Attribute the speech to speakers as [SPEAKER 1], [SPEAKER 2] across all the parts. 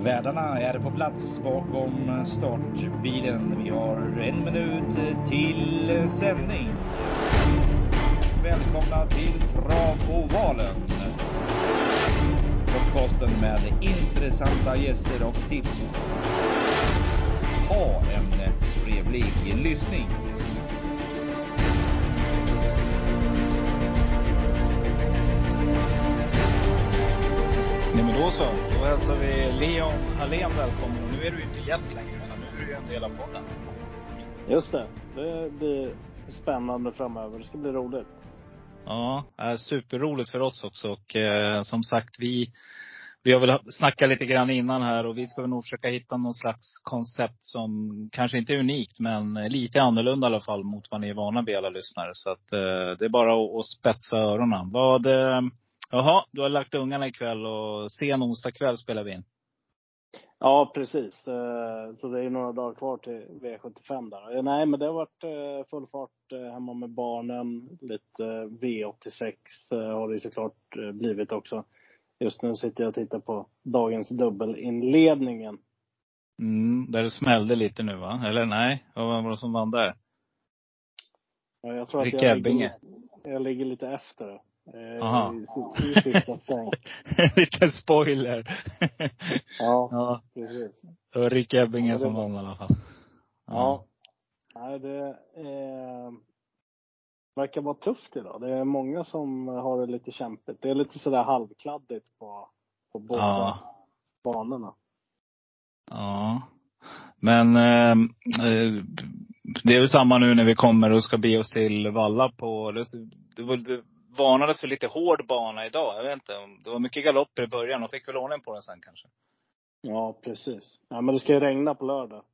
[SPEAKER 1] Värdarna är på plats bakom startbilen. Vi har 1 minut till sändning. Välkomna till Travovalen. Podcasten med intressanta gäster och tips. Ha en trevlig lyssning. Nej, men då hälsar vi Leon Hallén välkommen. Och nu är du inte gäst längre, utan nu är du en del av podden.
[SPEAKER 2] Just det, det blir spännande framöver. Det ska bli roligt.
[SPEAKER 1] Ja, superroligt för oss också. Och som sagt, vi har väl snackat lite grann innan här. Och vi ska väl nog försöka hitta någon slags koncept som kanske inte är unikt, men lite annorlunda i alla fall mot vad ni är vana vid alla lyssnare. Så att det är bara att spetsa öronen. Jaha, du har lagt ungarna ikväll och sen onsdag kväll spelar vi in.
[SPEAKER 2] Ja, precis. Så det är några dagar kvar till V75 där. Nej, men det har varit full fart hemma med barnen. Lite V86 har det såklart blivit också. Just nu sitter jag och tittar på dagens dubbelinledningen.
[SPEAKER 1] Där det smällde lite nu, va? Eller nej? Vad var det som vann där?
[SPEAKER 2] Ja, jag tror att jag ligger lite efter. I sista sväng.
[SPEAKER 1] Lite spoiler.
[SPEAKER 2] Ja, precis.
[SPEAKER 1] Det var Rick Ebbinge som vann i alla fall.
[SPEAKER 2] Ja. Nej, det verkar vara tufft idag. Det är många som har det lite kämpigt. Det är lite sådär halvkladdigt på båda banorna.
[SPEAKER 1] Ja. Men det är ju samma nu när vi kommer och ska be oss till Valla på. Det varnades för lite hård bana idag. Jag vet inte. Det var mycket galopper i början och fick väl ordning på den sen kanske.
[SPEAKER 2] Ja, precis. Ja, men det ska ju regna på lördag.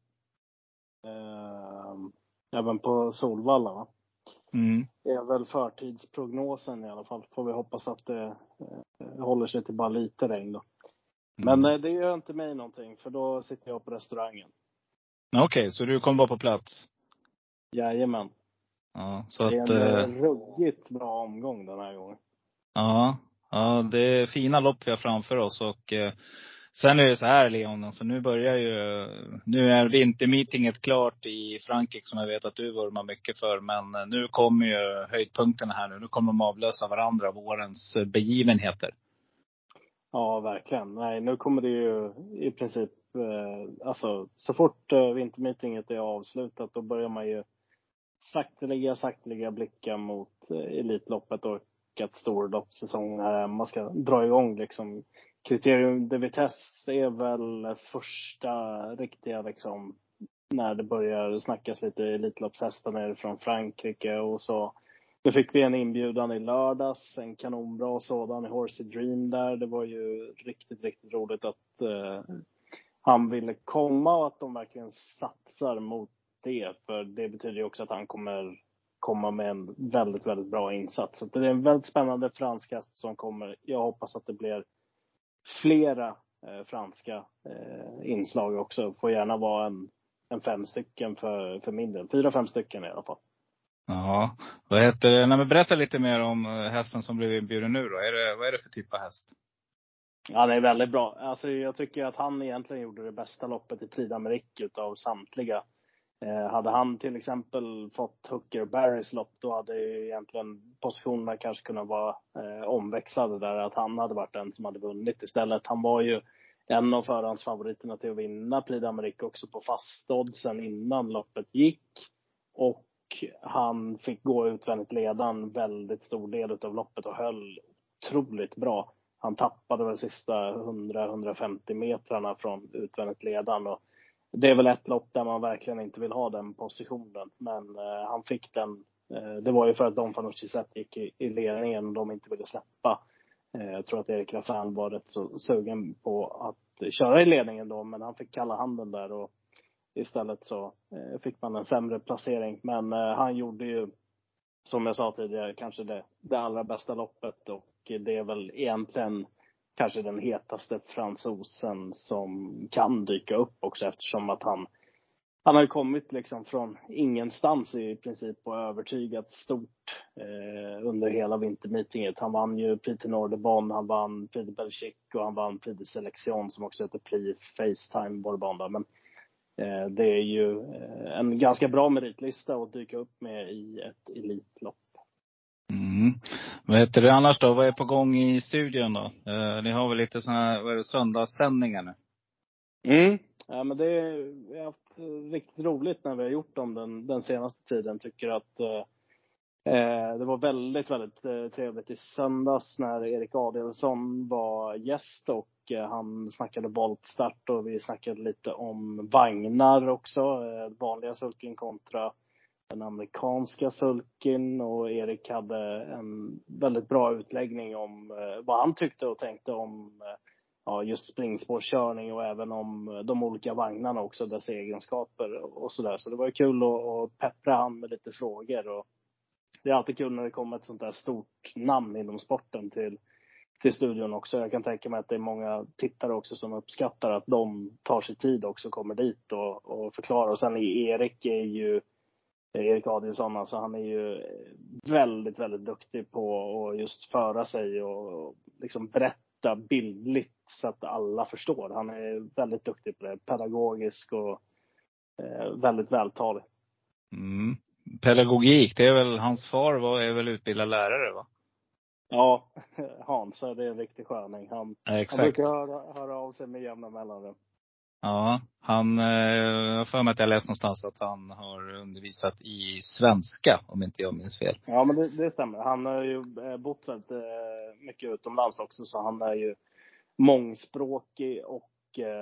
[SPEAKER 2] Även på Solvalla, va? Det är väl förtidsprognosen i alla fall. Får vi hoppas att det håller sig till bara lite regn då. Men det gör inte mig någonting, för då sitter jag på restaurangen.
[SPEAKER 1] Okej, så du kommer vara på plats?
[SPEAKER 2] Jajamän.
[SPEAKER 1] Ja, så
[SPEAKER 2] det är en ruggigt bra omgång den här gången.
[SPEAKER 1] Ja, det är fina lopp vi har framför oss. Och sen är det så här, Leon, alltså nu är vintermeetinget klart i Frankrike, som jag vet att du vurmar mycket för. Men nu kommer ju höjdpunkterna här nu. Nu kommer de avlösa varandra, vårens begivenheter. Ja,
[SPEAKER 2] verkligen. Nej, nu kommer det ju i princip, alltså så fort vintermeetinget är avslutat, då börjar man ju sakteliga blicka mot Elitloppet och att storloppssäsongen här man ska dra igång liksom. Kriterium de Vitesse är väl första riktiga liksom, när det börjar snackas lite Elitloppshästar nere från Frankrike och så. Nu fick vi en inbjudan i lördags, en kanonbra sådan i Horsey Dream där. Det var ju riktigt roligt att han ville komma och att de verkligen satsar mot det. För det betyder ju också att han kommer komma med en väldigt bra insats. Så det är en väldigt spännande fransk häst som kommer. Jag hoppas att det blir flera franska inslag också. Får gärna vara en 5 stycken för min del. 4-5 stycken i alla fall.
[SPEAKER 1] Ja, vad heter det? Men berätta lite mer om hästen som blev inbjuden nu då. Vad är det för typ av häst?
[SPEAKER 2] Ja, det är väldigt bra. Alltså, jag tycker att han egentligen gjorde det bästa loppet i Prix d'Amérique utav samtliga. Hade han till exempel fått Hooker Barrys lopp, då hade ju egentligen positionerna kanske kunnat vara omväxlade där. Att han hade varit den som hade vunnit istället. Han var ju en av förhandsfavoriterna till att vinna Prix d'Amérique också på fastoddsen innan loppet gick. Och han fick gå utvändigt ledan väldigt stor del utav loppet och höll otroligt bra. Han tappade väl sista 100-150 metrarna från utvändigt ledan. Och det är väl ett lopp där man verkligen inte vill ha den positionen. Men han fick den. Det var ju för att Don Fanucci gick i ledningen och de inte ville släppa. Jag tror att Erik Raffan var rätt så sugen på att köra i ledningen då. Men han fick kalla handen där och istället så fick man en sämre placering. Men han gjorde ju, som jag sa tidigare, kanske det allra bästa loppet. Och det är väl egentligen kanske den hetaste fransosen som kan dyka upp också, eftersom att han Han har ju kommit liksom från ingenstans i princip och övertygat stort under hela vintermeetinget. Han vann ju Prix de Nordebon, han vann Prix de Belgique och han vann Prix de Selection som också heter Prix Facetime Bourbon. Men det är ju en ganska bra meritlista att dyka upp med i ett elitlopp.
[SPEAKER 1] Vad heter det annars då? Vad är på gång i studion då? Ni har väl lite såna här söndagssändningar nu?
[SPEAKER 2] Ja, men vi har haft riktigt roligt när vi har gjort dem den senaste tiden. Tycker att det var väldigt, väldigt trevligt i söndags när Erik Adielsson var gäst och han snackade voltstart och vi snackade lite om vagnar också. Vanliga sulken kontra den amerikanska sulken, och Erik hade en väldigt bra utläggning om vad han tyckte och tänkte om just springspårskörning och även om de olika vagnarna också, dess egenskaper och sådär. Så det var ju kul att peppra han med lite frågor, och det är alltid kul när det kommer ett sånt där stort namn inom sporten till studion också. Jag kan tänka mig att det är många tittare också som uppskattar att de tar sig tid också, kommer dit och förklarar. Och sen Erik Adielsson, alltså han är ju väldigt, väldigt duktig på att just föra sig och liksom berätta bildligt så att alla förstår. Han är väldigt duktig på det, pedagogisk och väldigt vältalig.
[SPEAKER 1] Pedagogik, det är väl hans far är väl utbildad lärare, va?
[SPEAKER 2] Ja, Hans, det är en riktig sköning. Han brukar höra av sig med jämna mellanrum.
[SPEAKER 1] Ja, jag har för mig att jag läst någonstans att han har undervisat i svenska, om inte jag minns fel.
[SPEAKER 2] Ja, men det stämmer. Han har ju bott väldigt mycket utomlands också, så han är ju mångspråkig och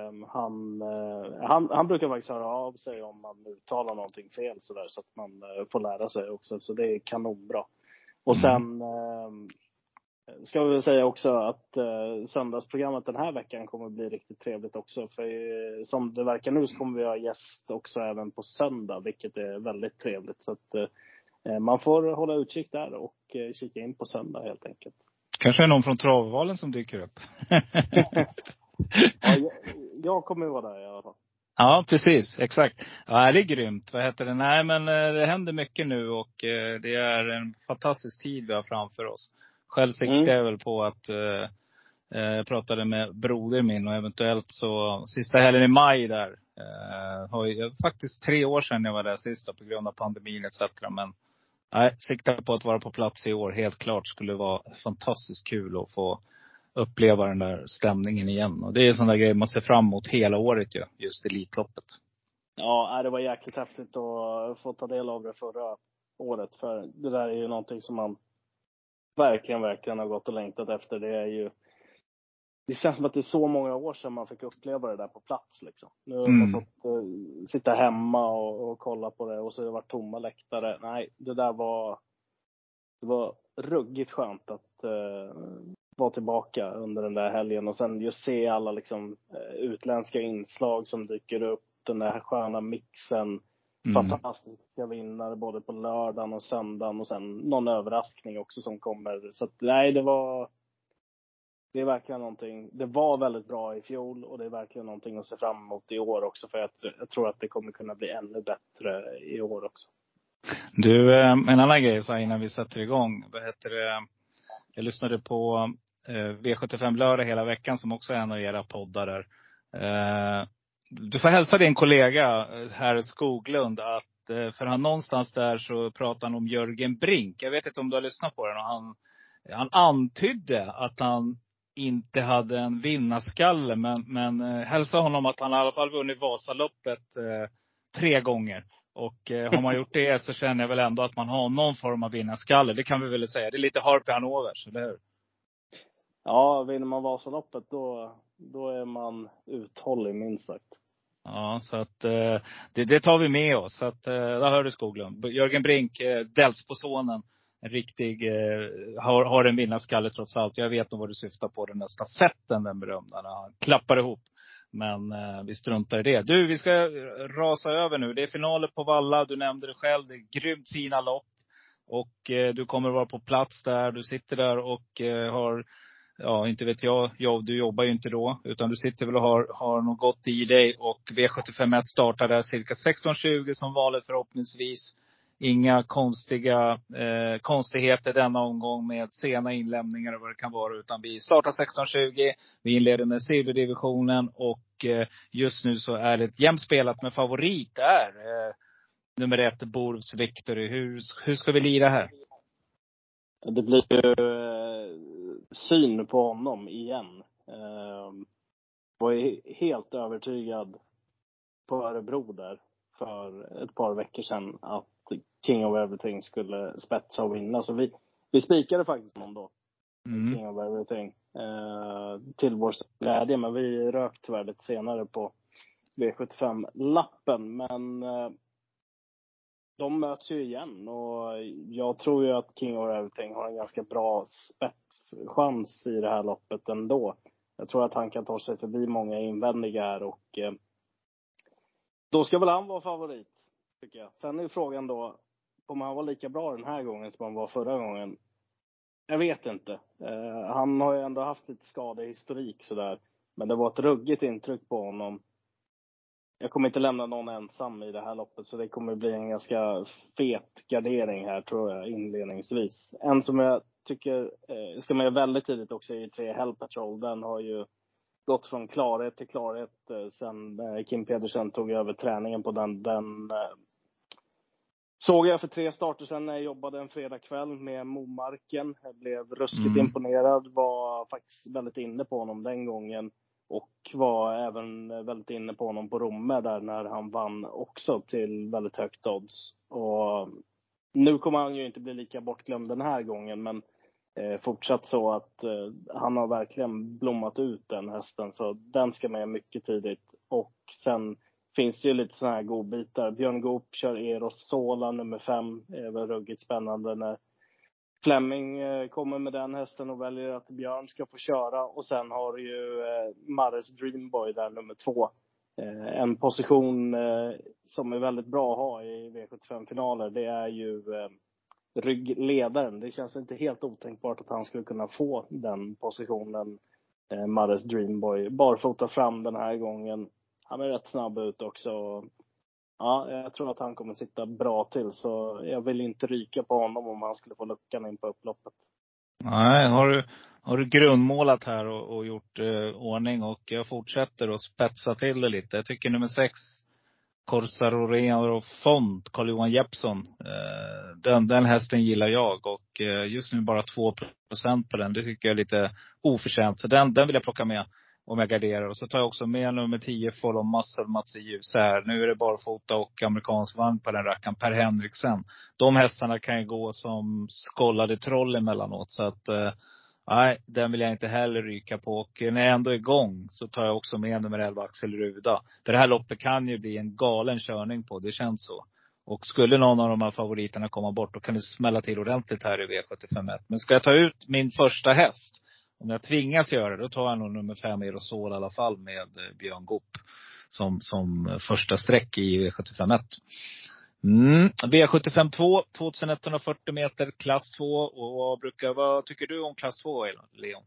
[SPEAKER 2] han brukar faktiskt höra av sig om man uttalar någonting fel så att man får lära sig också. Så det är kanonbra. Och sen ska vi väl säga också att söndagsprogrammet den här veckan kommer att bli riktigt trevligt också. För som det verkar nu så kommer vi ha gäst också även på söndag, vilket är väldigt trevligt. Så att man får hålla utkik där och kika in på söndag helt enkelt.
[SPEAKER 1] Kanske är någon från Travvalen som dyker upp.
[SPEAKER 2] Ja, jag kommer ju vara där i alla fall.
[SPEAKER 1] Ja, precis. Exakt. Ja, det är grymt. Vad heter det? Nej, men det händer mycket nu och det är en fantastisk tid vi har framför oss. Själv siktar jag väl på att jag pratade med broder min och eventuellt så sista helgen i maj där. Faktiskt 3 år sedan jag var där sista på grund av pandemin etc. Men nej, siktar på att vara på plats i år. Helt klart skulle vara fantastiskt kul att få uppleva den där stämningen igen. Och det är en sån där grej man ser fram emot hela året ju, just Elitloppet.
[SPEAKER 2] Ja, det var jäkligt häftigt att få ta del av det förra året. För det där är ju någonting som man verkligen har gått och längtat efter. Det känns som att det är så många år sedan man fick uppleva det där på plats liksom. Nu har man fått sitta hemma och kolla på det och så har det varit tomma läktare. Nej, det var ruggigt skönt att vara tillbaka under den där helgen och sen just se alla liksom utländska inslag som dyker upp, den där sköna mixen, fantastiska vinnare både på lördagen och söndagen och sen någon överraskning också som kommer. Så att, nej, det är verkligen någonting. Det var väldigt bra i fjol och det är verkligen någonting att se fram emot i år också, för jag tror att det kommer kunna bli ännu bättre i år också.
[SPEAKER 1] Du, en annan grej så här innan vi sätter igång. Jag lyssnade på V75 lördag hela veckan som också är en av era poddar där. Du får hälsa din kollega här Skoglund att för han någonstans där så pratar han om Jörgen Brink. Jag vet inte om du har lyssnat på den, och han antydde att han inte hade en vinnarskalle, men hälsa honom att han i alla fall vunnit Vasaloppet 3 gånger. Och har man gjort det så känner jag väl ändå att man har någon form av vinnarskalle. Det kan vi väl säga. Det är lite Harpy Hanovers, eller hur?
[SPEAKER 2] Ja, vinner man Vasaloppet då är man uthållig minst sagt.
[SPEAKER 1] Ja, så att det tar vi med oss. Så att där hör du Skoglund. Jörgen Brink, Delsbo-sonen. En riktig, har en vinnarskalle trots allt. Jag vet nog vad du syftar på, den där stafetten, den berömda. När han klappar ihop. Men vi struntar i det. Du, vi ska rasa över nu. Det är finaler på Valla. Du nämnde det själv. Det är grymt fina lopp. Och du kommer vara på plats där. Du sitter där och har ja, inte vet jag. Du jobbar ju inte då. Utan du sitter väl och har något gott i dig. Och V751 startar där cirka 16:20 som vanligt förhoppningsvis. Inga konstigheter denna omgång med sena inlämningar och vad det kan vara. Utan vi startar 16:20. Vi inleder med silverdivisionen. Och just nu så är det ett jämnt spelat med favorit där. Nummer 1, Borovs Victory. Hur ska vi lira här?
[SPEAKER 2] Det blir ju syn på honom igen. Var ju helt övertygad på Örebro där för ett par veckor sedan att King of Everything skulle spetsa och vinna. Så vi spikade faktiskt honom då. King of Everything. Till vår glädje. Men vi rök tyvärr lite senare på V75-lappen. Men de möts ju igen. Och jag tror ju att King of Everything har en ganska bra spetschans i det här loppet ändå. Jag tror att han kan ta sig förbi många invändningar. Och då ska väl han vara favorit, tycker jag. Sen är frågan då, kommer han vara lika bra den här gången som han var förra gången? Jag vet inte. Han har ju ändå haft lite skadehistorik sådär. Men det var ett ruggigt intryck på honom. Jag kommer inte lämna någon ensam i det här loppet. Så det kommer bli en ganska fet gardering här, tror jag, inledningsvis. En som jag tycker ska med väldigt tidigt också i 3 Hell Patrol. Den har ju gått från klarhet till klarhet sen Kim Pedersen tog över träningen på den. Den såg jag för 3 starter sedan när jag jobbade en fredagkväll med Momarken. Jag blev ruskigt imponerad. Var faktiskt väldigt inne på honom den gången. Och var även väldigt inne på honom på Romme där när han vann också till väldigt högt odds. Och nu kommer han ju inte bli lika bortglömd den här gången. Men fortsatt så att han har verkligen blommat ut den hästen. Så den ska med mycket tidigt. Och sen finns det ju lite såna här godbitar. Björn Goop kör Eros Sola nummer 5. Det är väl ruggigt spännande när Fleming kommer med den hästen och väljer att Björn ska få köra. Och sen har du ju Mares Dreamboy där nummer 2. En position som är väldigt bra att ha i V75-finaler. Det är ju ryggledaren. Det känns inte helt otänkbart att han skulle kunna få den positionen. Mares Dreamboy. Barfota fram den här gången. Han är rätt snabb ut också. Ja, jag tror att han kommer sitta bra till. Så jag vill inte ryka på honom om han skulle få luckan in på upploppet.
[SPEAKER 1] Nej, har du grundmålat här och gjort ordning. Och jag fortsätter att spetsa till det lite. Jag tycker nummer 6, Corsaro och Font, Carl-Johan Jeppsson. Den hästen gillar jag. Och just nu bara 2% på den. Det tycker jag är lite oförtjänt. Så den vill jag plocka med om jag garderar. Och så tar jag också med nummer 10, Follow Muscle, Mats i ljus här. Nu är det barfota och amerikansk vagn på den rackaren, Per Henriksen. De hästarna kan ju gå som skollade troll emellanåt. Så att nej, den vill jag inte heller ryka på. Och när jag ändå är igång så tar jag också med nummer 11, Axel Ruda. För det här loppet kan ju bli en galen körning på, det känns så. Och skulle någon av de här favoriterna komma bort, då kan det smälla till ordentligt här i V75-1. Men ska jag ta ut min första häst, om jag tvingas göra det, då tar jag nog nummer 5, Aerosol i alla fall, med Björn Goop som första streck i V75-1. V75 2, 2140 meter, klass 2. Och vad tycker du om klass 2, Leon?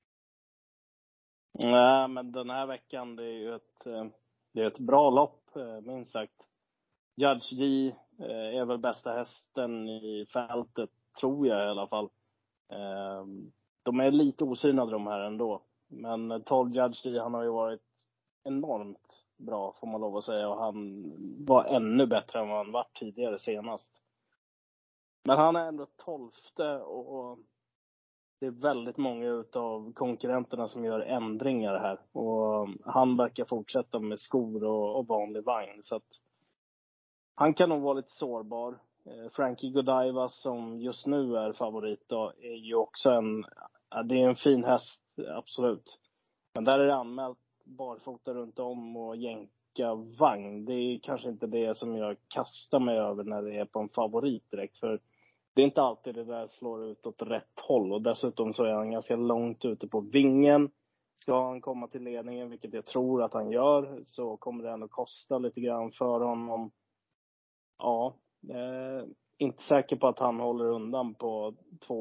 [SPEAKER 2] Nej, men den här veckan, det är ju ett bra lopp, minst sagt. Judge G är väl bästa hästen i fältet, tror jag i alla fall. De är lite osynade de här ändå. Men 12 Judge G, han har ju varit enormt bra, får man lov att säga. Och han var ännu bättre än vad han var tidigare senast. Men han är ändå 12:e och det är väldigt många utav konkurrenterna som gör ändringar här. Och han verkar fortsätta med skor och vanlig vagn. Så att han kan nog vara lite sårbar. Frankie Godiva, som just nu är favorit då, är ju också det är en fin häst, absolut. Men där är det anmält barfota runt om och jänka vagn. Det är kanske inte det som jag kastar mig över när det är på en favorit direkt. För det är inte alltid det där slår ut åt rätt håll. Och dessutom så är han ganska långt ute på vingen. Ska han komma till ledningen, vilket jag tror att han gör, så kommer det ändå kosta lite grann för honom. Ja, inte säker på att han håller undan på 2-1.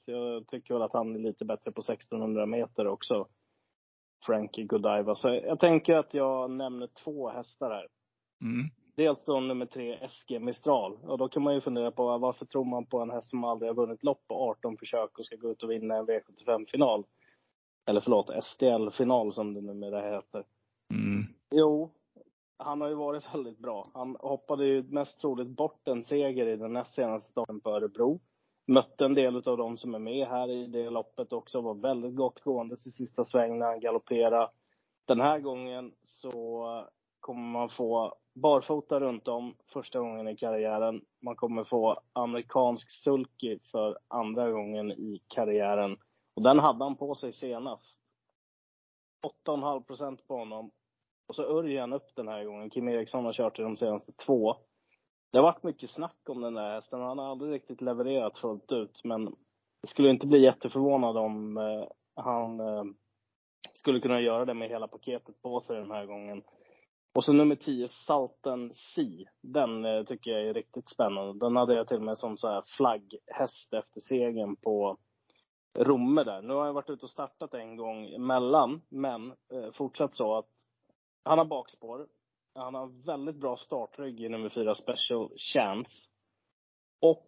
[SPEAKER 2] Jag tycker väl att han är lite bättre på 1600 meter också. Frankie Godiva. Så jag tänker att jag nämner 2 hästar här.
[SPEAKER 1] Mm.
[SPEAKER 2] Dels då nummer 3, SG Mistral. Och då kan man ju fundera på varför tror man på en häst som aldrig har vunnit lopp på 18 försök och ska gå ut och vinna en V75-final. Eller förlåt, STL-final som det numera heter.
[SPEAKER 1] Mm.
[SPEAKER 2] Jo, han har ju varit väldigt bra. Han hoppade ju mest troligt bort en seger i den näst senaste starten på Örebro. Mötte en del av dem som är med här i det loppet också. Var väldigt gott gående i sista sväng när han galopperade. Den här gången så kommer man få barfota runt om första gången i karriären. Man kommer få amerikansk sulky för andra gången i karriären. Och den hade han på sig senast. 8,5% på honom. Och så Örjan upp den här gången. Kim Eriksson har kört i de senaste 2. Det har varit mycket snack om den där hästen. Han har aldrig riktigt levererat fullt ut. Men det skulle inte bli jätteförvånad om han skulle kunna göra det med hela paketet på sig den här gången. Och så nummer 10, Salten Sea. Den tycker jag är riktigt spännande. Den hade jag till och med som så här flagghäst efter segern på Romme där. Nu har jag varit ute och startat en gång emellan. Men fortsatt så att han har bakspår. Han har väldigt bra startrygg i nummer 4, Special Chance. Och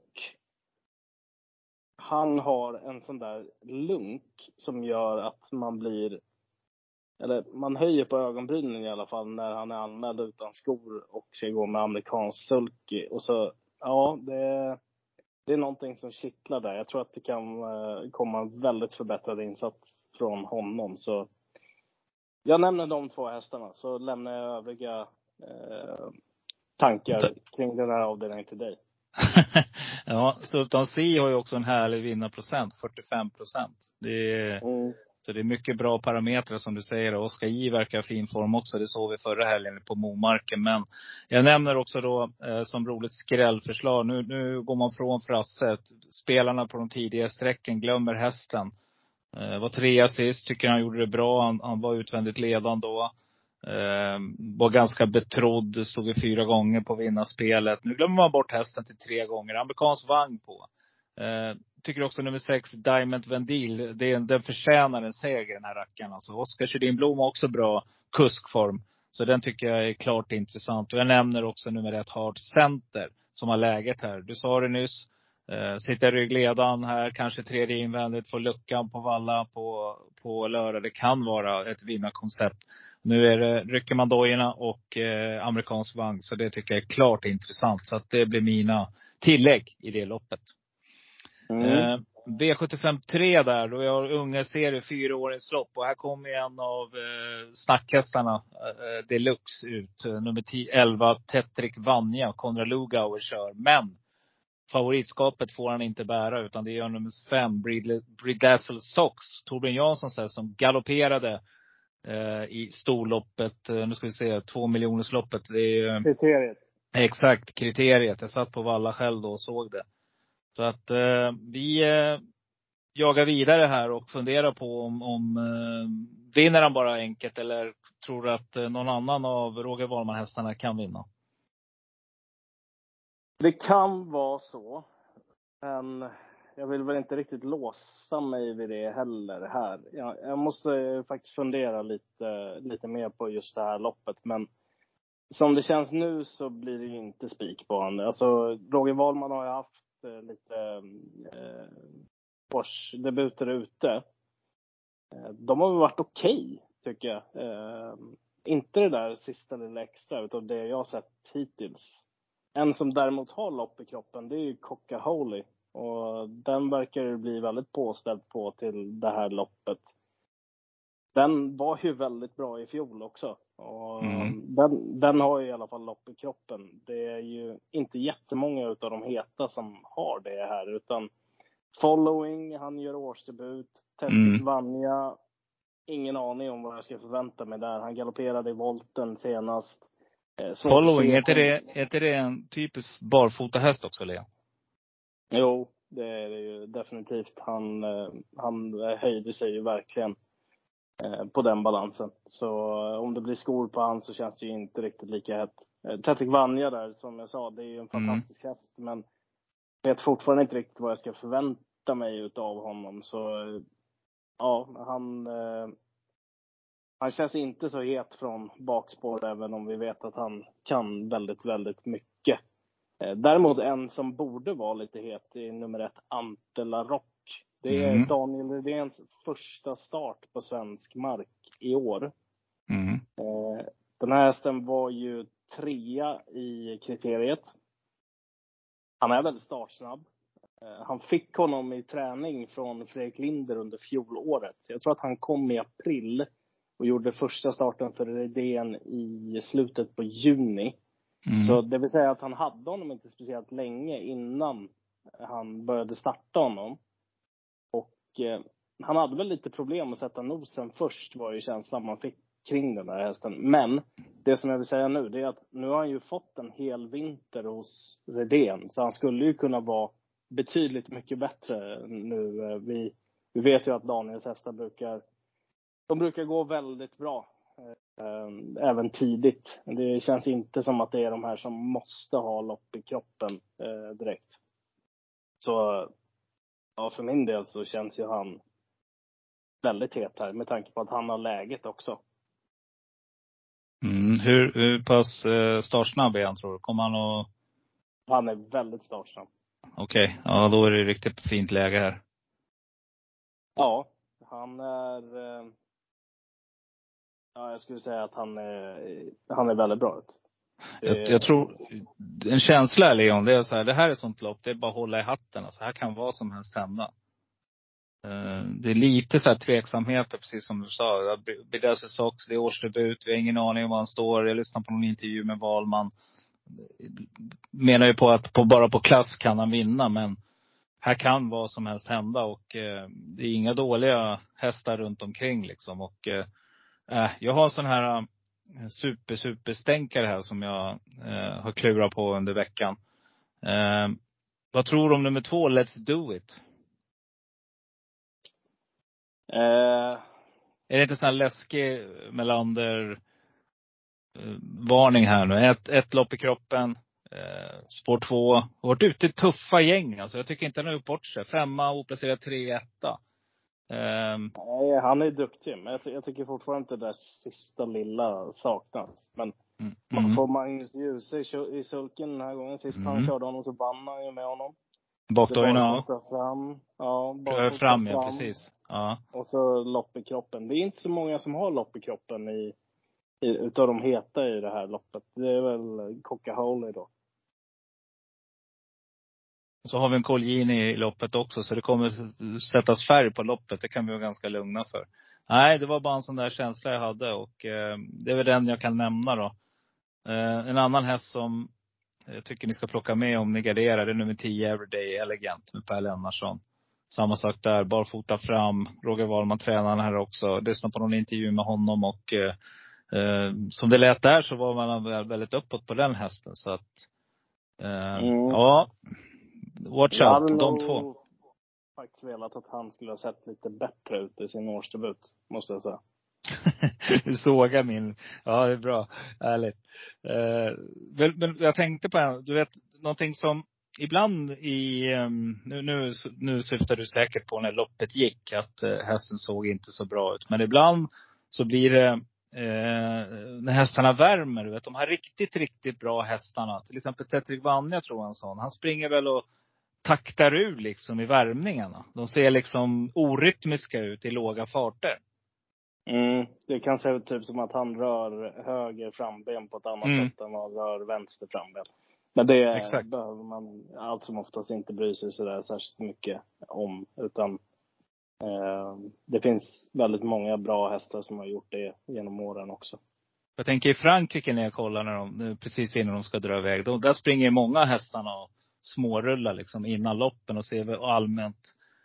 [SPEAKER 2] han har en sån där lunk som gör att man blir, eller man höjer på ögonbrynen i alla fall när han är anmäld utan skor och ska gå med amerikansk sulky. Och så, ja, det är någonting som kittlar där. Jag tror att det kan komma en väldigt förbättrad insats från honom. Så jag nämner de 2 hästarna, så lämnar jag övriga tankar kring den här avdelningen till dig.
[SPEAKER 1] Ja, Sultan C har ju också en härlig vinnarprocent, 45%. Så det är mycket bra parametrar som du säger. Oskar J verkar fin form också. Det såg vi förra helgen på Momarken. Men jag nämner också då som roligt skrällförslag. Nu går man från Frasset. Spelarna på de tidiga sträcken glömmer hästen. Var 3 sist. Tycker han gjorde det bra. Han var utvändigt ledande då. Var ganska betrodd. Stod i 4 gånger på vinnarspelet. Nu glömmer man bort hästen till 3 gånger. Amerikansk vagn på. Tycker också nummer 6, Diamond Vendil. Den förtjänar en seger, den här rackaren. Alltså Oskar Kjellin Blom har också bra kuskform. Så den tycker jag är klart intressant. Och jag nämner också nummer 1, Hard Center. Som har läget här. Du sa det nyss. Sitter ryggledan här. Kanske 3:e invändigt. Får luckan på Valla på lördag. Det kan vara ett vinnarkoncept. Nu rycker man dojorna och amerikansk vagn. Så det tycker jag är klart intressant. Så att det blir mina tillägg i det loppet. V75 3 där. Då jag har unga serie 4-åringslopp. Och här kommer en av snackhästarna Deluxe ut. Nummer 11, Tetrik Vanja. Konrad Lugauer kör. Men favoritskapet får han inte bära. Utan det är nummer 5, Bridazzle Sox. Torbjörn Jansson som galopperade i storloppet. Nu ska vi se, 2 miljonersloppet. Det är
[SPEAKER 2] kriteriet.
[SPEAKER 1] Exakt, kriteriet. Jag satt på Valla själv då och såg det. Så att vi jagar vidare här och funderar på om vinner han bara enkelt. Eller tror du att någon annan av Roger Wahlman-hästarna kan vinna?
[SPEAKER 2] Det kan vara så. Men jag vill väl inte riktigt låsa mig vid det heller här. Jag måste faktiskt fundera lite mer på just det här loppet. Men som det känns nu så blir det inte spik på honom. Alltså Roger Wahlman har ju haft lite debuter ute. De har varit okej, tycker jag. Inte det där sista lilla extra utav det jag har sett hittills. En som däremot har lopp i kroppen, det är ju Coca Holy. Och den verkar bli väldigt påställd på till det här loppet. Den var ju väldigt bra i fjol också. Och den har ju i alla fall lopp i kroppen. Det är ju inte jättemånga utav de heta som har det här. Utan Following, han gör årsdebut. Tetrik Vanja, ingen aning om vad jag ska förvänta mig där. Han galopperade i volten senast.
[SPEAKER 1] Following, är det en typisk barfota häst också, Lea?
[SPEAKER 2] Jo, det är det ju definitivt. Han höjde sig ju verkligen på den balansen. Så om det blir skor på han så känns det ju inte riktigt lika hett. Tetrik Vanja där, som jag sa, det är ju en fantastisk häst. Men jag vet fortfarande inte riktigt vad jag ska förvänta förväntar mig utav honom. Så ja, han känns inte så het från bakspår, även om vi vet att han kan väldigt, väldigt mycket. Däremot en som borde vara lite het är nummer 1, Ante Larock. Det är Daniel Redéns första start på svensk mark i år. Den här hästen var ju 3 i kriteriet. Han är väldigt startsnabb. Han fick honom i träning från Fredrik Linder under fjolåret. Jag tror att han kom i april och gjorde första starten för Redén i slutet på juni. Så det vill säga att han hade honom inte speciellt länge innan han började starta honom. Och han hade väl lite problem att sätta nosen först, var ju känslan man fick kring den här hästen. Men det som jag vill säga nu, det är att nu har han ju fått en hel vinter hos Redén. Så han skulle ju kunna vara betydligt mycket bättre nu. Vi vet ju att Daniels hästar brukar gå väldigt bra. Även tidigt. Det känns inte som att det är de här som måste ha lopp i kroppen direkt. Så ja, för min del så känns ju han väldigt het här, med tanke på att han har läget också.
[SPEAKER 1] Hur pass startsnabb är han, tror du? Kommer han att...
[SPEAKER 2] Han är väldigt startsnabb.
[SPEAKER 1] Okej, ja, då är det riktigt fint läge här.
[SPEAKER 2] Ja, han är... Ja, jag skulle säga att han är väldigt bra ut.
[SPEAKER 1] Jag tror, en känsla, Leon, det är så här, det här är sånt lopp, det är bara att hålla i hatten. Alltså, här kan vad som helst hända. Det är lite så här tveksamheter, precis som du sa. Bidasse Sox, det är årsdebut, vi har ingen aning om var han står. Jag lyssnar på någon intervju med Wahlman. Menar ju på att bara på klass kan han vinna, men här kan vad som helst hända. Och det är inga dåliga hästar runt omkring liksom. Och jag har en sån här superstänkare här som jag har klurat på under veckan. Vad tror du om nummer 2, Let's Do It? Är det inte sån här läskig Melander varning här nu? Ett lopp i kroppen. Spår 2. Har varit ute i tuffa gäng. Alltså jag tycker inte han har gjort bort sig. 5:a, oplacerad 3-1.
[SPEAKER 2] Nej, han är duktig. Men jag tycker fortfarande inte det där sista lilla saknas. Men man får Magnus Djuse i sulken den här gången. Sist han körde honom så vann han ju med honom.
[SPEAKER 1] Bakdojorna.
[SPEAKER 2] Fram. Ja,
[SPEAKER 1] fram, ja, precis. Ja.
[SPEAKER 2] Och så lopp i kroppen. Det är inte så många som har lopp i kroppen utav de heta i det här loppet. Det är väl Coca-Cola då.
[SPEAKER 1] Så har vi en Colgjini i loppet också. Så det kommer sättas färg på loppet. Det kan vi vara ganska lugna för. Nej, det var bara en sån där känsla jag hade. Och det är väl den jag kan nämna då. En annan häst som jag tycker ni ska plocka med om ni garderar. Det är nummer 10, Everyday Elegant med Per Lennartsson. Samma sak där. Barfota fram. Roger Wahlman tränaren här också. Lyssna på någon intervju med honom. Och som det lät där så var man väldigt uppåt på den hästen. Så att ja, watch out, de två.
[SPEAKER 2] Faktiskt velat att han skulle ha sett lite bättre ut i sin årsdebut, måste jag säga.
[SPEAKER 1] Du sågar min. Ja, det är bra. Ärligt. Men jag tänkte på, du vet, någonting som ibland nu syftar du säkert på när loppet gick, att hästen såg inte så bra ut. Men ibland så blir det när hästarna värmer, du vet, de här riktigt bra hästarna. Till exempel Tetrik Vanja, tror jag en sån. Han springer väl och taktar ur liksom i värmningarna. De ser liksom orytmiska ut i låga farter.
[SPEAKER 2] Det kan se ut typ som att han rör höger framben på ett annat sätt än vad han rör vänster framben. Men det behöver man allt som oftast inte bry sig så där särskilt mycket om. Utan det finns väldigt många bra hästar som har gjort det genom åren också.
[SPEAKER 1] Jag tänker i Frankrike när jag kollar när precis innan de ska dra iväg. Där springer många hästarna och smårullar liksom innan loppen och ser allmänt.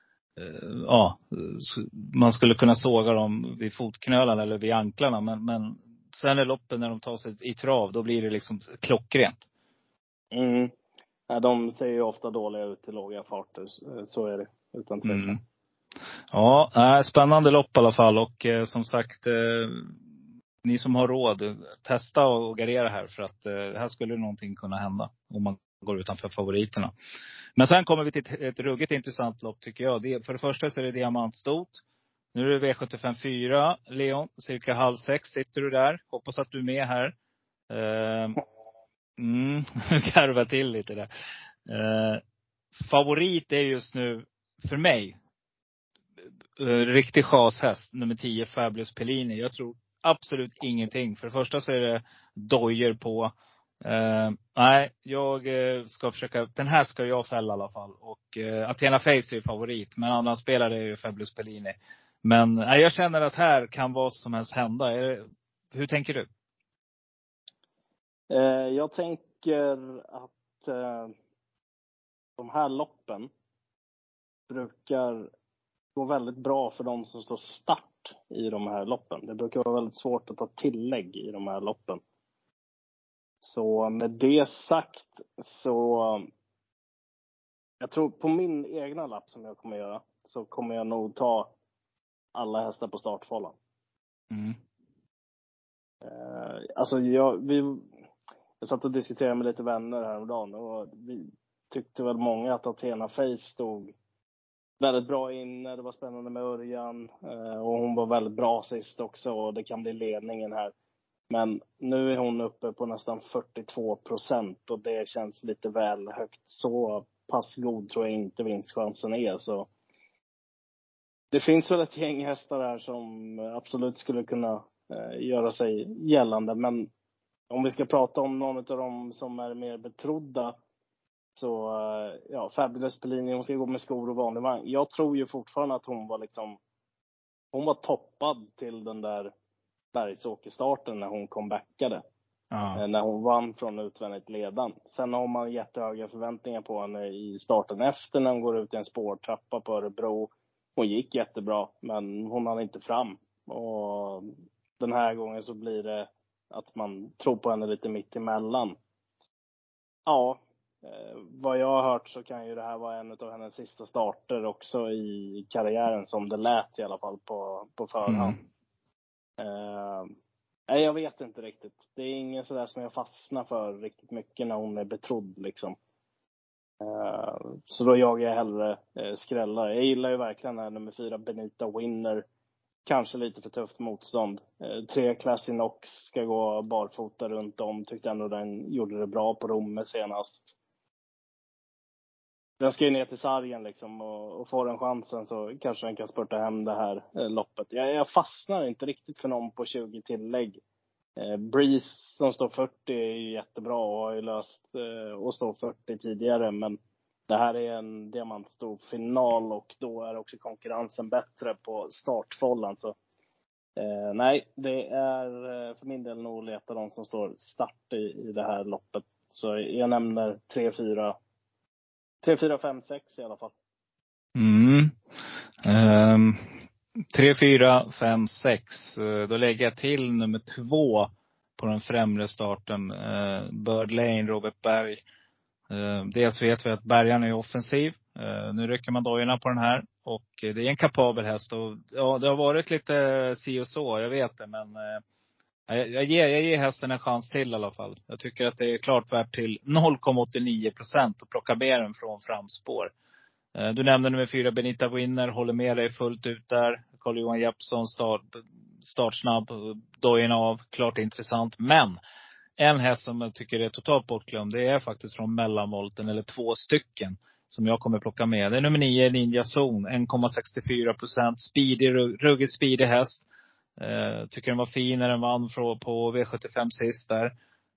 [SPEAKER 1] Man skulle kunna såga dem vid fotknölarna eller vid anklarna. Men sen är loppen när de tar sig i trav, då blir det liksom klockrent.
[SPEAKER 2] Ja, de ser ju ofta dåliga ut i låga farter. Så är det, utan tvekan.
[SPEAKER 1] Ja, spännande lopp i alla fall. Och som sagt, ni som har råd, testa och gardera här. För att här skulle någonting kunna hända om man går utanför favoriterna. Men sen kommer vi till ett ruggigt intressant lopp tycker jag. För det första så är det diamantstot. Nu är det V75 4. Leon, cirka 5:30 sitter du där. Hoppas att du är med här. Garva till lite där. Favorit är just nu för mig riktig chashäst, nummer 10 Fabulous Pellini. Jag tror absolut ingenting. För det första så är det dojer på. Nej, jag ska försöka. Den här ska jag fälla i alla fall. Och Athena Face är ju favorit. Men annan spelare är ju Fabulous Pellini. Men jag känner att här kan vad som helst hända. Hur tänker du?
[SPEAKER 2] Jag tänker att de här loppen brukar gå väldigt bra för de som står start i de här loppen. Det brukar vara väldigt svårt att ta tillägg i de här loppen. Så med det sagt så jag tror på min egna lapp som jag kommer göra så kommer jag nog ta alla hästar på startfållan. Alltså jag satt och diskuterade med lite vänner häromdagen och vi tyckte väl många att Athena Face stod väldigt bra inne. Det var spännande med Örjan och hon var väldigt bra sist också och det kan bli ledningen här. Men nu är hon uppe på nästan 42% och det känns lite väl högt. Så pass god tror jag inte vinstchansen är. Så det finns väl ett gäng hästar här som absolut skulle kunna göra sig gällande. Men om vi ska prata om någon av dem som är mer betrodda så Fabulous Pellini, hon ska gå med skor och vanlig vagn. Jag tror ju fortfarande att hon var toppad till den där Bergsåkerstarten när hon comebackade. När hon vann från utvändigt ledan. Sen har man jättehöga förväntningar på henne i starten efter när hon går ut i en spårtrappa på Örebro. Hon gick jättebra men hon hann inte fram. Och den här gången så blir det att man tror på henne lite mitt emellan. Ja, vad jag har hört så kan ju det här vara en av hennes sista starter också i karriären som det lät i alla fall på förhand. Nej, jag vet inte riktigt. Det är ingen sådär som jag fastnar för riktigt mycket när hon är betrodd liksom. Så då jagar jag hellre skrällar. Jag gillar ju verkligen här nummer 4 Benita Winner. Kanske lite för tufft motstånd. 3 Classy Knox ska gå barfota runt om. Tyckte ändå den gjorde det bra på Romme senast. Den ska ju ner till sargen liksom och får den chansen så kanske den kan spurta hem det här loppet. Jag fastnar inte riktigt för någon på 20 tillägg. Breeze som står 40 är ju jättebra och har ju löst att stå 40 tidigare. Men det här är en diamantstor final och då är också konkurrensen bättre på startfållan. Så nej, det är för min del nog leta de som står start i det här loppet. Så jag nämner 3, 4, 5, 6 i alla fall.
[SPEAKER 1] 3, 4, 5, 6. Då lägger jag till nummer 2 på den främre starten. Bird Lane, Robert Berg. Dels vet vi att Bergan är offensiv. Nu rycker man dojorna på den här. Och det är en kapabel häst. Och, ja, det har varit lite si och så, jag vet det. Men jag ger hästen en chans till i alla fall. Jag tycker att det är klart värt till 0,89% att plocka med den från framspår. Du nämnde nummer 4 Benita Winner, håller med dig fullt ut där. Carl-Johan Jeppsson startsnabb, dojorna av, klart intressant. Men en häst som jag tycker är totalt bortglömd, det är faktiskt från mellanvolten, eller 2 stycken som jag kommer plocka med. Det är nummer 9 Ninja Zone, 1,64%, speedy, ruggigt speedy häst. Tycker den var fin när den vann på V75 sist där.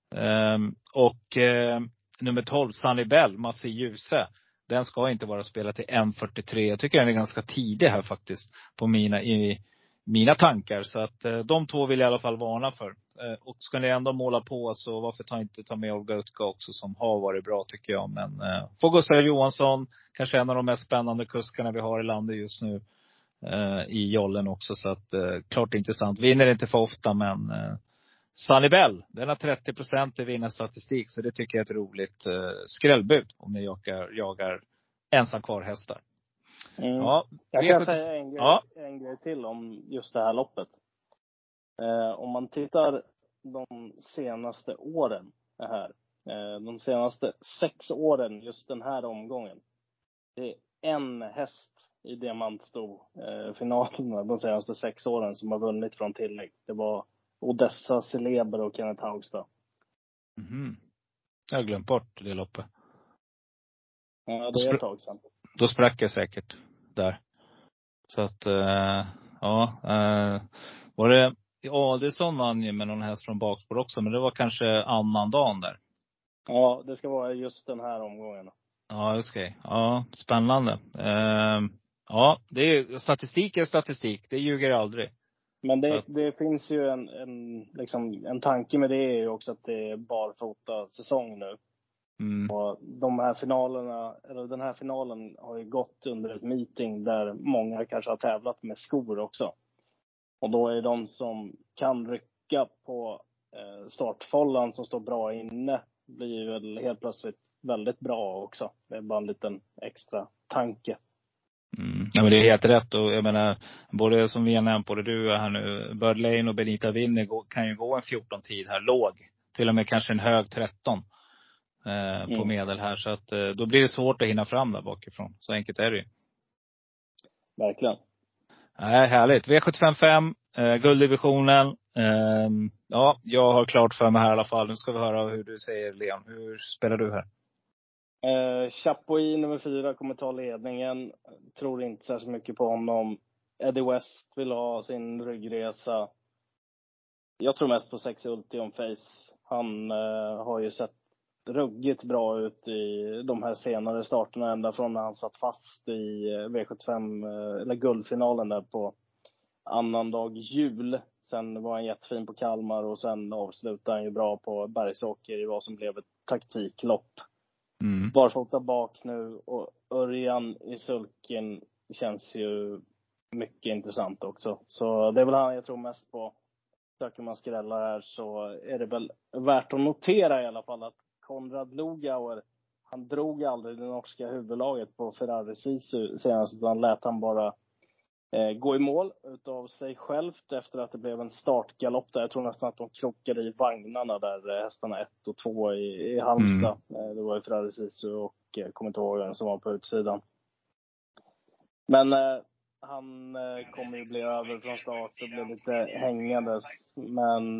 [SPEAKER 1] Nummer 12 Sunny Bell, Mats i Ljuse. Den ska inte vara spelad till 1,43. Jag tycker den är ganska tidig här faktiskt på mina tankar. Så att de 2 vill jag i alla fall varna för. Och ska ni ändå måla på så varför inte ta med Olga Utka också som har varit bra tycker jag. Men får Gustav Johansson, kanske en av de mest spännande kuskarna vi har i landet just nu i jollen också. Så att klart intressant. Vinner inte för ofta men Sunny Bell, den har 30% i vinnarstatistik. Så det tycker jag är ett roligt skrällbud om ni jagar ensam kvar hästar.
[SPEAKER 2] Ja, jag kan säga en grej till om just det här loppet. Om man tittar de senaste åren här De senaste 6 åren, just den här omgången. Det är en häst i diamantsto-finalerna de senaste 6 åren som har vunnit från tillägg. Det var Odessa Celeber och Kenneth Haugstad.
[SPEAKER 1] Mhm. Jag har glömt bort det loppet.
[SPEAKER 2] Ja, det är ett tag sedan.
[SPEAKER 1] Då sprack jag säkert där. Så att, var det, Adelsson vann ju med någon häst från bakspår också. Men det var kanske annan dagen där.
[SPEAKER 2] Ja, det ska vara just den här omgången.
[SPEAKER 1] Ja, okej. Ja, spännande. Ja, det är statistik är statistik. Det ljuger aldrig.
[SPEAKER 2] Men det finns ju en tanke med det är ju också att det är barfota säsong nu.
[SPEAKER 1] Mm.
[SPEAKER 2] Och de här finalerna, eller den här finalen har ju gått under ett meeting där många kanske har tävlat med skor också. Och då är de som kan rycka på startfållan som står bra inne blir ju väl helt plötsligt väldigt bra också. Det är bara en liten extra tanke.
[SPEAKER 1] Ja, men det är helt rätt. Och jag menar, både som vi har nämnt, både du och här nu, Bird Lane och Benita Winner kan ju gå en 14-tid här, låg. Till och med kanske en hög 13 på medel här. Så att då blir det svårt att hinna fram där bakifrån. Så enkelt är det ju.
[SPEAKER 2] Verkligen.
[SPEAKER 1] Nej, härligt. V755, gulddivisionen. Ja, jag har klart för mig här i alla fall. Nu ska vi höra hur du säger, Leon. Hur spelar du här?
[SPEAKER 2] Chapuis nummer 4 kommer ta ledningen. Tror inte särskilt mycket på honom. Eddie West vill ha sin ryggresa. Jag tror mest på 6 Ultium Face. Han har ju sett ruggigt bra ut i de här senare starterna. Ända från när han satt fast i V75, eller guldfinalen där på annandag jul. Sen var han jättefin på Kalmar och sen avslutade han ju bra på Bergsåker i vad som blev ett taktiklopp. Barfota bak nu, och Örjan i sulken känns ju mycket intressant också. Så det är väl han jag tror mest på. Söker man skrälla här så är det väl värt att notera i alla fall att Konrad Lugauer, han drog aldrig det norska huvudlaget på Ferrari Sisu senast, utan lät han bara gå i mål utav sig självt efter att det blev en startgalopp där. Jag tror nästan att de krockade i vagnarna där, hästarna 1 och 2 i Halmstad. Det var ju Ferrari Sisu och kommer inte ihåg vem som var på utsidan. Men han kommer ju bli över från start, så blir lite hängandes. Men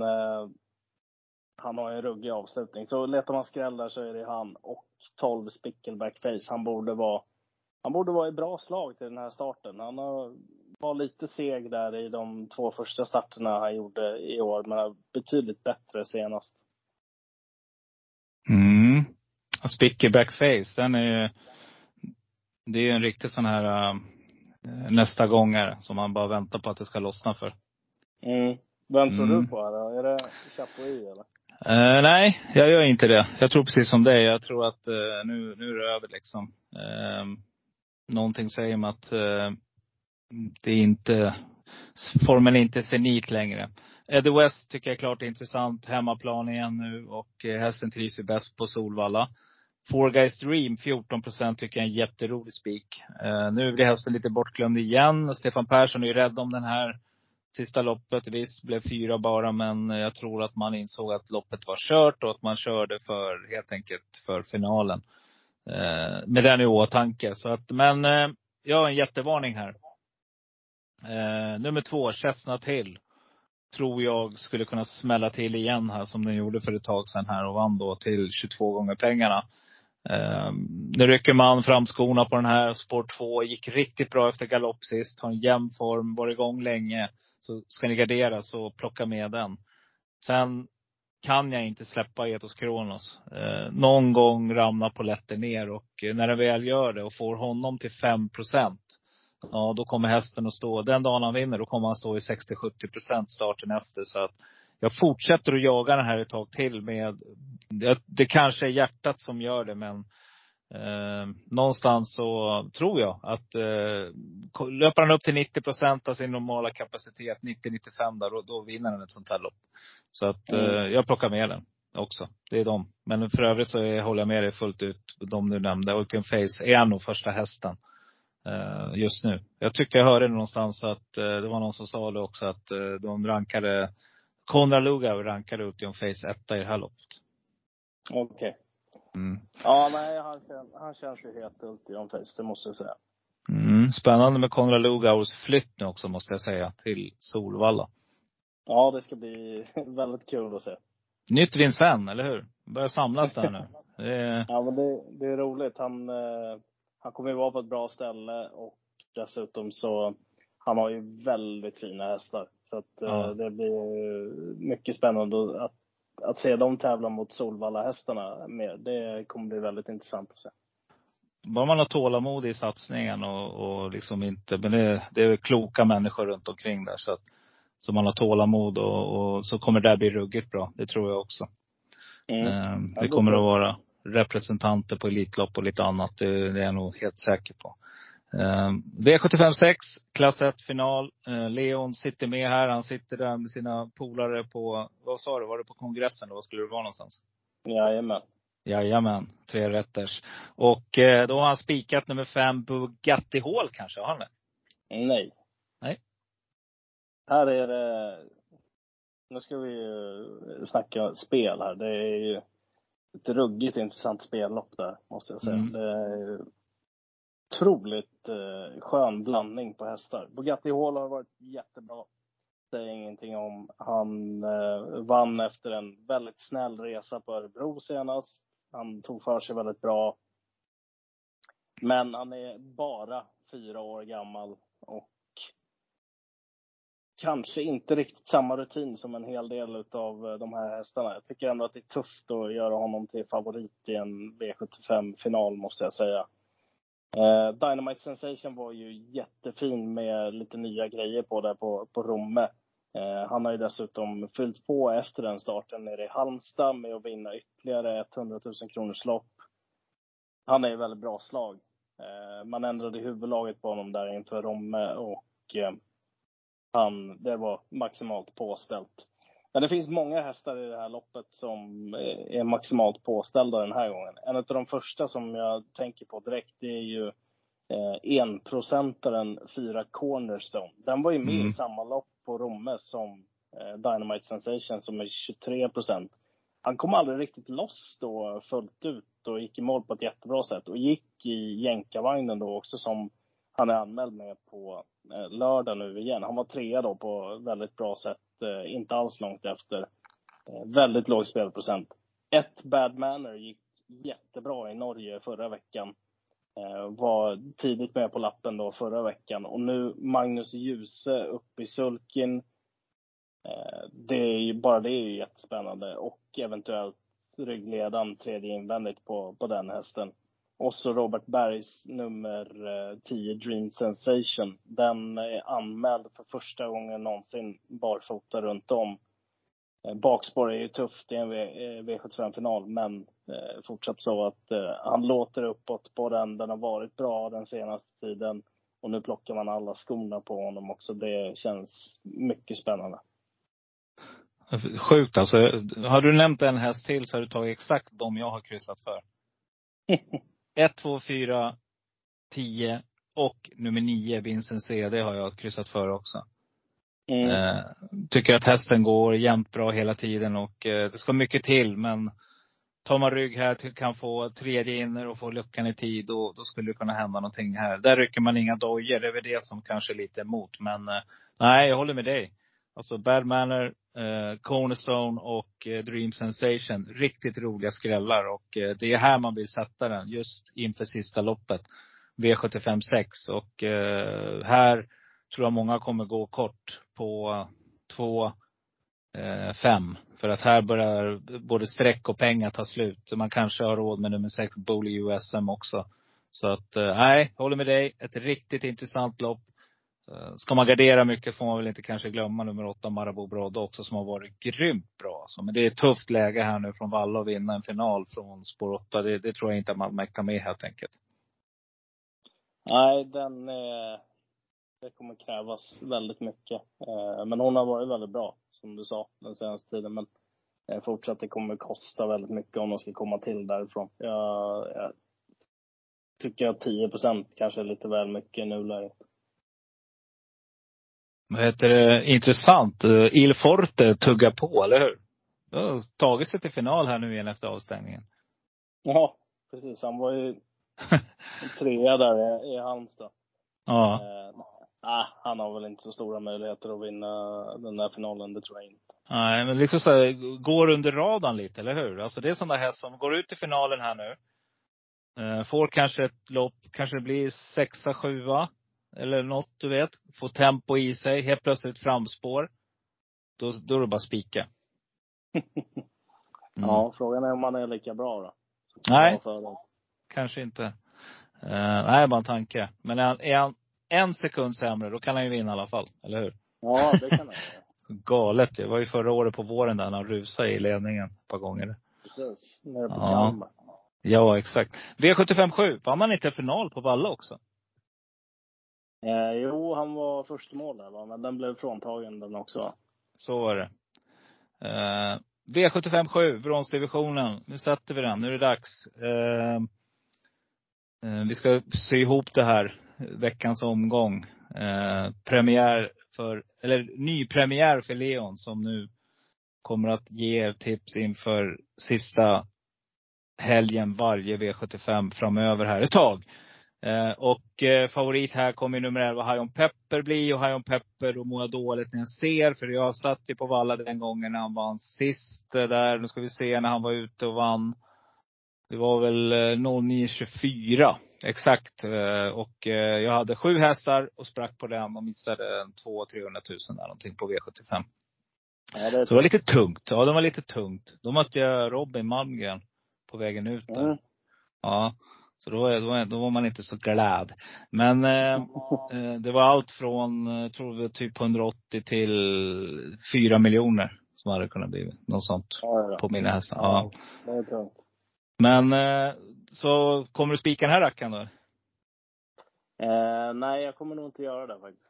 [SPEAKER 2] han har en ruggig avslutning. Så letar man skräll där så är det han och 12 Spickleback Face. Han borde vara i bra slag till den här starten. Han var lite seg där i de 2 första starterna han gjorde i år, men betydligt bättre senast.
[SPEAKER 1] Spickleback Face, det är ju en riktig sån här nästa gångare som man bara väntar på att det ska lossna för.
[SPEAKER 2] Vem tror du på här? Är det Chapuis eller?
[SPEAKER 1] Nej, jag gör inte det. Jag tror precis som dig. Jag tror att nu är det över liksom. Någonting säger mig att det är inte, formen är inte senit längre. Eddie West tycker jag är klart intressant. Hemmaplan igen nu, och hästen trivs ju bäst på Solvalla. Four Guys Dream 14% tycker jag är en jätterolig spik. Nu blir hästen lite bortglömd igen. Stefan Persson är ju rädd om den här sista loppet. Visst blev 4 bara, men jag tror att man insåg att loppet var kört och att man körde helt enkelt för finalen. Med den i åtanke. Så att, men jag har en jättevarning här. Nummer 2, Chestnut Hill, tror jag skulle kunna smälla till igen här som den gjorde för ett tag sedan här och vann då till 22 gånger pengarna. Nu rycker man fram skorna på den här. Sport 2 gick riktigt bra efter galopp sist. Har en jämn form, var igång länge. Så ska ni gardera så plocka med den. Sen kan jag inte släppa Etos Kronos. Någon gång ramlar polletten ner, och när den väl gör det och får honom till 5%, ja, då kommer hästen att stå, den dagen han vinner, då kommer han stå i 60-70% starten efter. Så att jag fortsätter att jaga den här ett tag till med, det kanske är hjärtat som gör det, men någonstans så tror jag att löper han upp till 90% av sin normala kapacitet, 90-95 där, då vinner han ett sånt här lopp. Så att jag plockar med den också. Det är de. Men för övrigt så håller jag med dig fullt ut. De du nämnde, Ultium Face är nog första hästen just nu. Jag tycker jag hörde någonstans att det var någon som sa det också, att de rankade Konrad Lugauer rankade Ultium Face 1 i det här loppet.
[SPEAKER 2] Okej. Ja, nej, han känns ju helt ult on face, det måste jag säga.
[SPEAKER 1] Spännande med Konrad Lugauers flytt nu också, måste jag säga, till Solvalla.
[SPEAKER 2] Ja, det ska bli väldigt kul att se.
[SPEAKER 1] Nytt Vincennes, eller hur? Börjar samlas där nu.
[SPEAKER 2] Ja, men det är roligt. Han kommer ju vara på ett bra ställe, och dessutom så han har ju väldigt fina hästar. Så att
[SPEAKER 1] Ja.
[SPEAKER 2] det blir mycket spännande att se dem tävla mot Solvalla-hästarna mer. Det kommer bli väldigt intressant att se.
[SPEAKER 1] Bara man har tålamod i satsningen och liksom inte, men det är kloka människor runt omkring där, så man har tålamod och så kommer det där bli ruggigt bra. Det tror jag också. Det kommer att vara representanter på Elitlopp och lite annat. Det är jag nog helt säker på. V75 6, klass 1 final. Leon sitter med här. Han sitter där med sina polare på, vad sa du? Var det på kongressen? Eller vad skulle det vara någonstans? Jajamän, 3 rätters. Och då har han spikat nummer 5, Bugatti Hall kanske, har han det?
[SPEAKER 2] Nej. Här är det, nu ska vi ju snacka spel här. Det är ju ett ruggigt intressant spellopp där, måste jag säga. Det är otroligt skön blandning på hästar. Bugatti Hall har varit jättebra. Säger ingenting om. Han vann efter en väldigt snäll resa på Örebro senast. Han tog för sig väldigt bra. Men han är bara 4 år gammal och kanske inte riktigt samma rutin som en hel del av de här hästarna. Jag tycker ändå att det är tufft att göra honom till favorit i en V75-final, måste jag säga. Dynamite Sensation var ju jättefin med lite nya grejer på där på Romme. Han har ju dessutom fyllt på efter den starten nere i Halmstad med att vinna ytterligare 100 000 kronors lopp. Han är ju väldigt bra slag. Man ändrade huvudlaget på honom där inför Romme, och det var maximalt påställt. Men det finns många hästar i det här loppet som är maximalt påställda den här gången. En av de första som jag tänker på direkt, det är ju 1% 4 Cornerstone. Den var ju med i samma lopp på Romme som Dynamite Sensation, som är 23%. Han kom aldrig riktigt loss då fullt ut och gick i mål på ett jättebra sätt. Och gick i jänkarvagnen då också, som han är anmäld med på lördag nu igen. Han var 3 då på väldigt bra sätt. Inte alls långt efter. Väldigt låg spelprocent. Ett Bad Manor gick jättebra i Norge förra veckan. Var tidigt med på lappen då förra veckan. Och nu Magnus Djuse upp i sulken. Det är ju, bara det är ju jättespännande. Och eventuellt ryggledan tredje invändigt på den hästen. Och så Robert Bergs nummer 10 Dream Sensation. Den är anmäld för första gången någonsin barfota runt om. Bakspår är ju tufft i en V75-final, men fortsatt så att han låter uppåt på den. Den har varit bra den senaste tiden. Och nu plockar man alla skorna på honom också. Det känns mycket spännande.
[SPEAKER 1] Sjukt alltså. Har du nämnt en häst till så har du tagit exakt de jag har kryssat för. 1, 2, 4, 10 och nummer 9 Vincent C. Det har jag kryssat för också. Tycker att hästen går jämnt bra hela tiden och det ska mycket till, men tar man rygg här kan få tredje inner och få luckan i tid, och då skulle det kunna hända någonting här. Där rycker man inga dojer, det är väl det som kanske är lite emot, men nej, jag håller med dig. Alltså Bad Manor, Cornerstone och Dream Sensation, riktigt roliga skrällar, och det är här man vill sätta den just inför sista loppet, V75 6, och här tror jag många kommer gå kort på 2, 5. För att här börjar både sträck och pengar ta slut. Så man kanske har råd med nummer 6 Bully USM också. Så att, nej, håller med dig. Ett riktigt intressant lopp. Ska man gardera mycket får man väl inte kanske glömma nummer 8 Marabou Brodde också, som har varit grymt bra. Alltså. Men det är ett tufft läge här nu från Valla att vinna en final från spår 8. Det tror jag inte att man mäktar med helt enkelt.
[SPEAKER 2] Nej, det kommer krävas väldigt mycket. Men hon har varit väldigt bra, som du sa, den senaste tiden. Men fortsatt, det kommer kosta väldigt mycket om de ska komma till därifrån. Jag tycker att 10% kanske är lite väl mycket i nuläget.
[SPEAKER 1] Vad heter det? Intressant. Il Forte tuggar på, eller hur? Det har tagit sig till final här nu igen efter avstängningen.
[SPEAKER 2] Ja, precis. Han var ju trea där i Halmstad.
[SPEAKER 1] Ja.
[SPEAKER 2] Han har väl inte så stora möjligheter att vinna den där finalen, det tror jag inte.
[SPEAKER 1] Nej, men liksom så här, går under radarn lite, eller hur? Alltså det är sådana här som går ut i finalen här nu. Får kanske ett lopp, kanske det blir 6, 7 eller något, du vet. Får tempo i sig, helt plötsligt framspår. Då är det bara spika.
[SPEAKER 2] Ja, frågan är om man är lika bra då.
[SPEAKER 1] Nej,
[SPEAKER 2] För
[SPEAKER 1] kanske inte. Nej, bara en tanke. Men är han en sekund sämre, då kan han ju vinna i alla fall, eller hur?
[SPEAKER 2] Ja, det kan han göra.
[SPEAKER 1] Galet. Det var ju förra året på våren där han rusade i ledningen ett par gånger.
[SPEAKER 2] Precis, nere på
[SPEAKER 1] Ja.
[SPEAKER 2] Kalmar.
[SPEAKER 1] Ja, exakt. V75-7, var man inte final på Valla också?
[SPEAKER 2] Jo, han var första mål där, va? Men den blev fråntagen den också.
[SPEAKER 1] Så var det. V75-7, bronsdivisionen. Nu sätter vi den. Nu är det dags. Vi ska sy ihop det här. Veckans omgång. Nypremiär för Leon som nu kommer att ge er tips inför sista helgen varje V75 framöver här ett tag. Favorit här kommer nummer 11 High On Pepper bli. Och High On Pepper, då mår jag dåligt när jag ser. För jag satt ju på Valla den gången när han vann sist där. Nu ska vi se när han var ute och vann. Det var väl 09.24. Exakt. Jag hade 7 hästar och sprack på den och missade 200-300 000 där någonting på V75.
[SPEAKER 2] Ja,
[SPEAKER 1] så det var lite tungt. Ja, det var lite tungt. Då mötte jag Robin Malmgren på vägen ut där. Ja. Så då var man inte så glad. Men det var allt från, tror jag, typ 180 till 4 miljoner som hade kunnat bli något sånt på mina hästar. Ja.
[SPEAKER 2] Det är tungt.
[SPEAKER 1] Men så kommer du spika den här rackaren då?
[SPEAKER 2] Nej, jag kommer nog inte göra det faktiskt.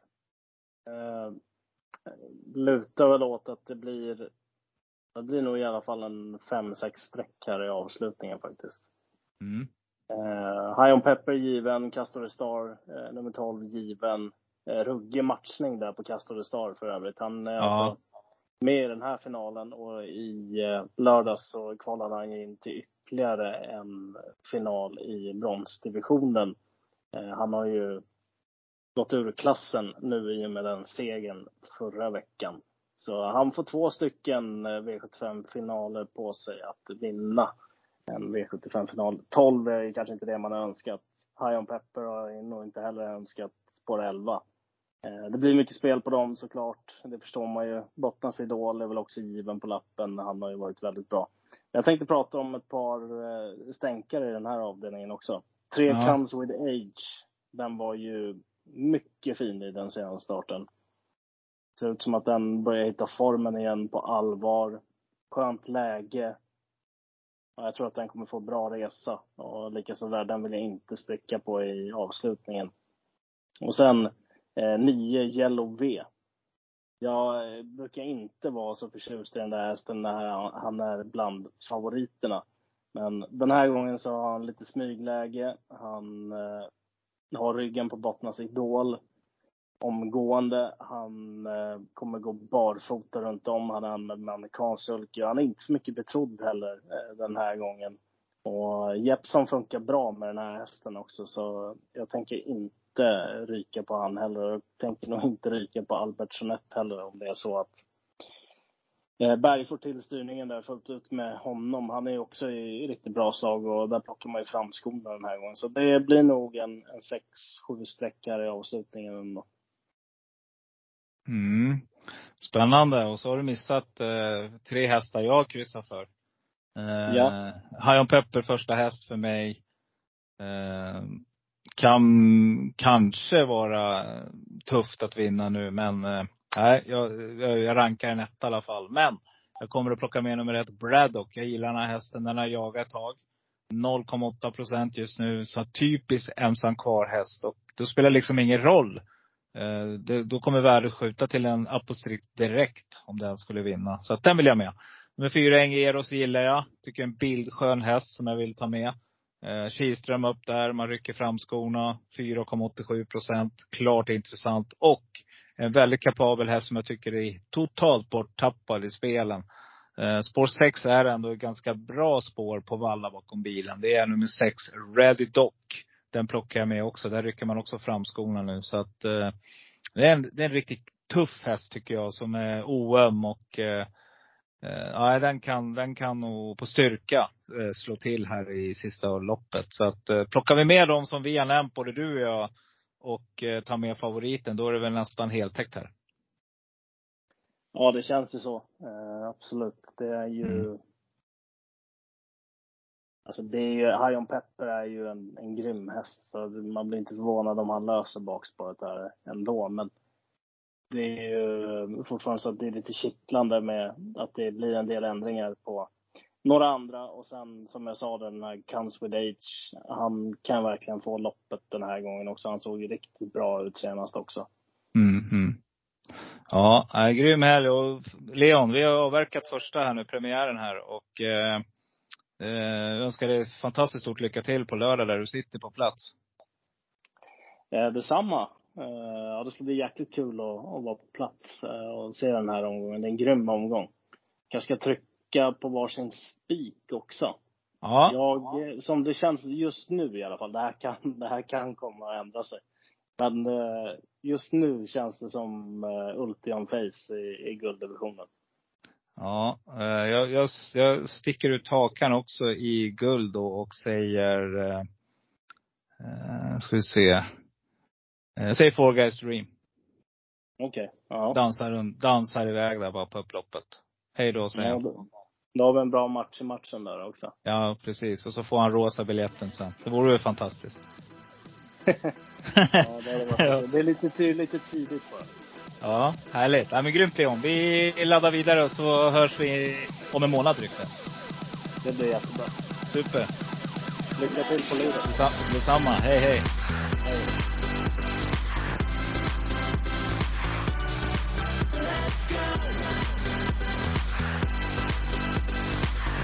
[SPEAKER 2] Lutar väl åt att det blir nog i alla fall en 5-6 streck här i avslutningen faktiskt. High On Pepper given, Castor Star nummer 12 given. Ruggig matchning där på Castor Star för övrigt. Han är alltså med i den här finalen, och i lördags så kvalade han in till ytterligare en final i bronsdivisionen. Han har ju gått ur klassen nu i och med den segern förra veckan. Så han får 2 stycken V75-finaler på sig att vinna en V75-final. 12 är kanske inte det man har önskat. High On Pepper har nog inte heller önskat spår 11. Det blir mycket spel på dem såklart. Det förstår man ju. Bottnas Idol är väl också given på lappen. Han har ju varit väldigt bra. Jag tänkte prata om ett par stänkare i den här avdelningen också. 3 Comes With Age. Den var ju mycket fin i den senaste starten. Det ser ut som att den börjar hitta formen igen på allvar. Skönt läge. Ja, jag tror att den kommer få bra resa. Och likaså där, den vill jag inte spricka på i avslutningen. Och sen 9 Yellow V. Jag brukar inte vara så förtjust i den där hästen när han är bland favoriterna. Men den här gången så har han lite smygläge. Han har ryggen på Bottnas Idol omgående. Han kommer gå barfota runt om. Han använder amerikansk sulke. Han är inte så mycket betrodd heller den här gången. Och Jeppson funkar bra med den här hästen också. Så jag tänker inte ryka på han heller. Jag tänker nog inte ryka på Albert Jeanette heller, om det är så att Berg får till styrningen där fullt ut med honom. Han är också i riktigt bra slag, och där plockar man ju fram skorna den här gången. Så det blir nog en 6-7 sträckare i avslutningen ändå.
[SPEAKER 1] Spännande. Och så har du missat 3 hästar jag kryssar för. High On Pepper första häst för mig. Kan kanske vara tufft att vinna nu, men nej, jag rankar en 1 i alla fall. Men jag kommer att plocka med nummer 1 Braddock. Jag gillar den här hästen, den har jagat ett tag. 0,8% just nu, så typiskt ensam kvar häst. Och då spelar liksom ingen roll. Då kommer värdet skjuta till en apostrikt direkt om den skulle vinna. Så att den vill jag med. Nummer 4 Engeros gillar jag. Tycker en bildskön häst som jag vill ta med. Kihlström upp där. Man rycker fram skorna. 4,87%. Klart intressant. Och en väldigt kapabel häst som jag tycker är totalt borttappad i spelen. Spår 6 är ändå ett ganska bra spår på valla bakom bilen. Det är nummer 6, Ready Doc. Den plockar jag med också. Där rycker man också fram skorna nu. Så att det är en riktigt tuff häst tycker jag. Som är oöm och ja, den kan nog på styrka slå till här i sista loppet. Så att plockar vi med dem som vi har nämnt, både du och jag, och tar med favoriten, då är det väl nästan heltäckt här.
[SPEAKER 2] Ja, det känns ju så. Absolut. Det är ju alltså det är ju, High On Pepper är ju en grym häst. Så man blir inte förvånad om han löser bakspåret där ändå. Men det är ju fortfarande så att det är lite kittlande med att det blir en del ändringar på några andra. Och sen som jag sa, den här Comes With Age, han kan verkligen få loppet den här gången också. Han såg ju riktigt bra ut senast också.
[SPEAKER 1] Ja, grym helg. Och Leon, vi har avverkat första här nu, premiären här. Och jag önskar dig fantastiskt stort lycka till på lördag där du sitter på plats.
[SPEAKER 2] Detsamma. Ja, det ska bli jäkligt kul att vara på plats och se den här omgången. Det är en grym omgång. Kanske ska trycka på varsin spik också.
[SPEAKER 1] Ja.
[SPEAKER 2] Jag, som det känns just nu i alla fall, det här kan komma att ändra sig. Men just nu känns det som Ultion Face i gulddivisionen.
[SPEAKER 1] Ja, jag sticker ut hakan också i guld då och säger ska vi se. Jag säger Four Guys Dream.
[SPEAKER 2] Okej. Ja.
[SPEAKER 1] Dansar iväg där bara på upploppet. Hej då, säger jag.
[SPEAKER 2] Då har vi en bra match i matchen där också.
[SPEAKER 1] Ja, precis. Och så får han rosa biljetten sen. Det vore ju fantastiskt.
[SPEAKER 2] Ja, det är lite tidigt bara.
[SPEAKER 1] Ja, härligt. Ja, men grymt Leon. Vi laddar vidare och så hörs vi om en månad drygt.
[SPEAKER 2] Det blir jättebra.
[SPEAKER 1] Super.
[SPEAKER 2] Lycka till på livet.
[SPEAKER 1] Detsamma. Hej, hej.
[SPEAKER 2] Hej.